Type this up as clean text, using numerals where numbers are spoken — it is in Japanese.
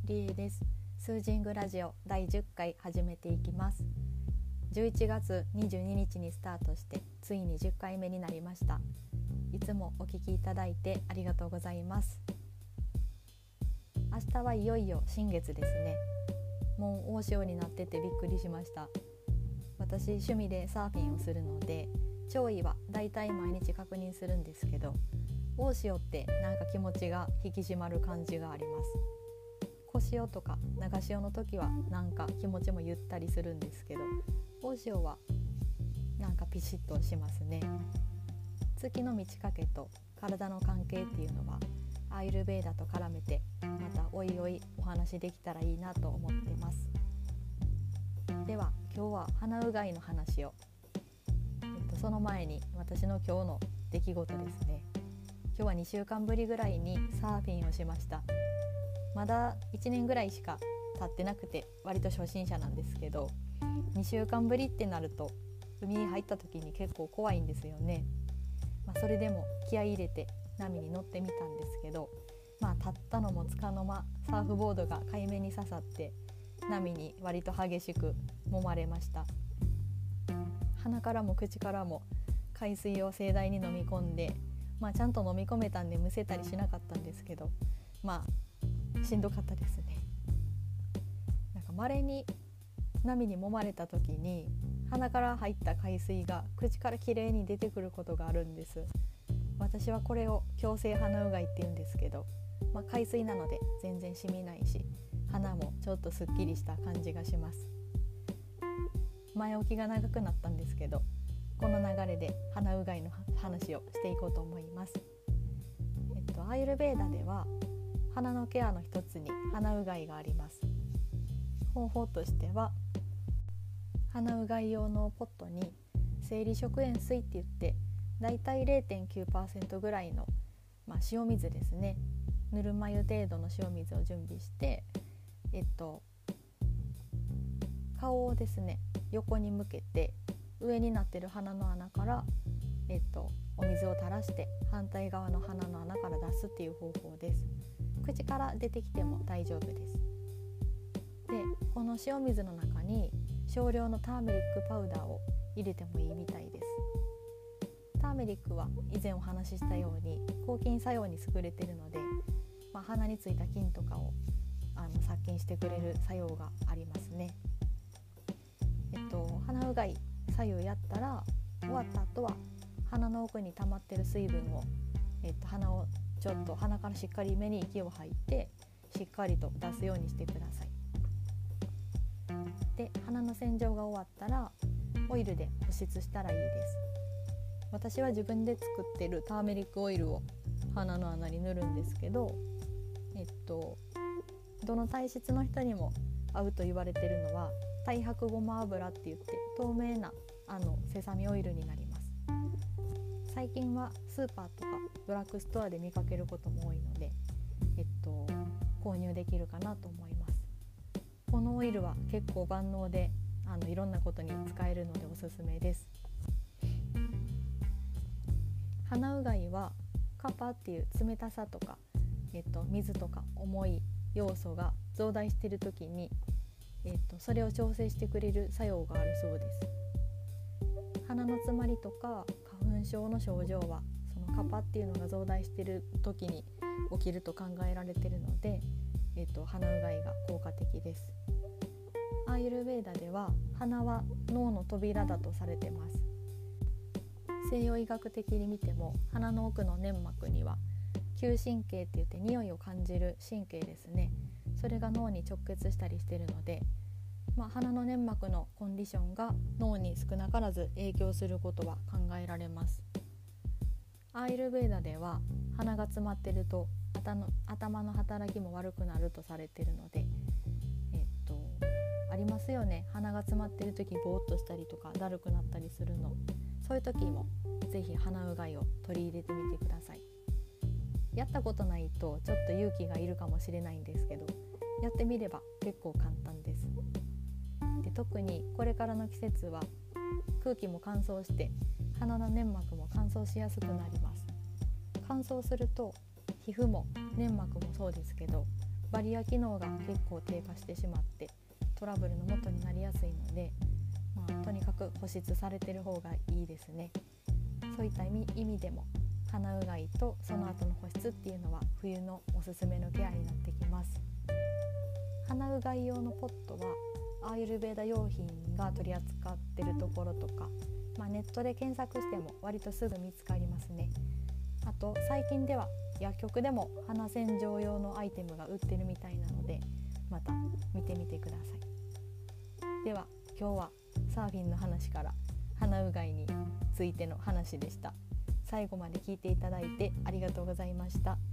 りえです。スージングラジオ第10回始めていきます。11月22日にスタートしてついに10回目になりました。いつもお聞きいただいてありがとうございます。明日はいよいよ新月ですね。もう大潮になっててびっくりしました。私趣味でサーフィンをするので潮位はだいたい毎日確認するんですけど、大潮ってなんか気持ちが引き締まる感じがあります。小潮とか長潮の時はなんか気持ちもゆったりするんですけど、大潮はなんかピシッとしますね。月の満ち欠けと体の関係っていうのはアーユルヴェーダと絡めてまたおいおいお話できたらいいなと思ってます。では今日は鼻うがいの話を、その前に私の今日の出来事ですね。今日は2週間ぶりぐらいにサーフィンをしました。まだ1年ぐらいしか経ってなくて割と初心者なんですけど、2週間ぶりってなると海に入った時に結構怖いんですよね。それでも気合い入れて波に乗ってみたんですけど、立ったのもつかの間サーフボードが海面に刺さって波に割と激しく揉まれました。鼻からも口からも海水を盛大に飲み込んで、ちゃんと飲み込めたんでむせたりしなかったんですけど、しんどかったですね。稀に波に揉まれた時に鼻から入った海水が口からきれいに出てくることがあるんです。私はこれを強制鼻うがいって言うんですけど、海水なので全然染みないし鼻もちょっとすっきりした感じがします。前置きが長くなったんですけど、この流れで鼻うがいの話をしていこうと思います。アーユルヴェーダでは鼻のケアの一つに鼻うがいがあります。方法としては、鼻うがい用のポットに生理食塩水って言ってだいたい 0.9% ぐらいの、塩水ですね、ぬるま湯程度の塩水を準備して、顔をですね横に向けて上になっている鼻の穴から、お水を垂らして反対側の鼻の穴から出すっていう方法です。口から出てきても大丈夫です。で、この塩水の中に少量のターメリックパウダーを入れてもいいみたいです。ターメリックは以前お話ししたように抗菌作用に優れているので、鼻についた菌とかを殺菌してくれる作用がありますね。鼻うがい左右やったら終わった後は鼻の奥に溜まっている水分を、鼻をちょっと鼻からしっかりめに息を吐いてしっかりと出すようにしてください。で、鼻の洗浄が終わったらオイルで保湿したらいいです。私は自分で作っているターメリックオイルを鼻の穴に塗るんですけど、どの体質の人にも合うと言われているのは太白ごま油って言って透明なセサミオイルになります。最近はスーパーとかドラッグストアで見かけることも多いので、購入できるかなと思います。このオイルは結構万能でいろんなことに使えるのでおすすめです。鼻うがいはカパっていう冷たさとか、水とか重い要素が増大している時に、それを調整してくれる作用があるそうです。鼻の詰まりとか花粉症の症状はそのカパっていうのが増大している時に起きると考えられているので、鼻うがいが効果的です。アーユルヴェーダでは鼻は脳の扉だとされてます。西洋医学的に見ても鼻の奥の粘膜には嗅神経って言って匂いを感じる神経ですね、それが脳に直結したりしているので、鼻の粘膜のコンディションが脳に少なからず影響することは考えられます。アーユルヴェーダでは鼻が詰まっていると頭の働きも悪くなるとされているので、ありますよね、鼻が詰まっている時ぼーっとしたりとかだるくなったりするの。そういう時もぜひ鼻うがいを取り入れてみてください。やったことないとちょっと勇気がいるかもしれないんですけど、やってみれば結構簡単です。で、特にこれからの季節は空気も乾燥して鼻の粘膜も乾燥しやすくなります。乾燥すると皮膚も粘膜もそうですけどバリア機能が結構低下してしまってトラブルの元になりやすいので、とにかく保湿されてる方がいいですね。そういった意味でも鼻うがいとその後の保湿っていうのは冬のおすすめのケアになってきます。鼻うがい用のポットはアーユルヴェーダ用品が取り扱ってるところとか、ネットで検索しても割とすぐ見つかりますね。あと最近では薬局でも鼻洗浄用のアイテムが売ってるみたいなので、また見てみてください。では今日はサーフィンの話から鼻うがいについての話でした。最後まで聞いていただいてありがとうございました。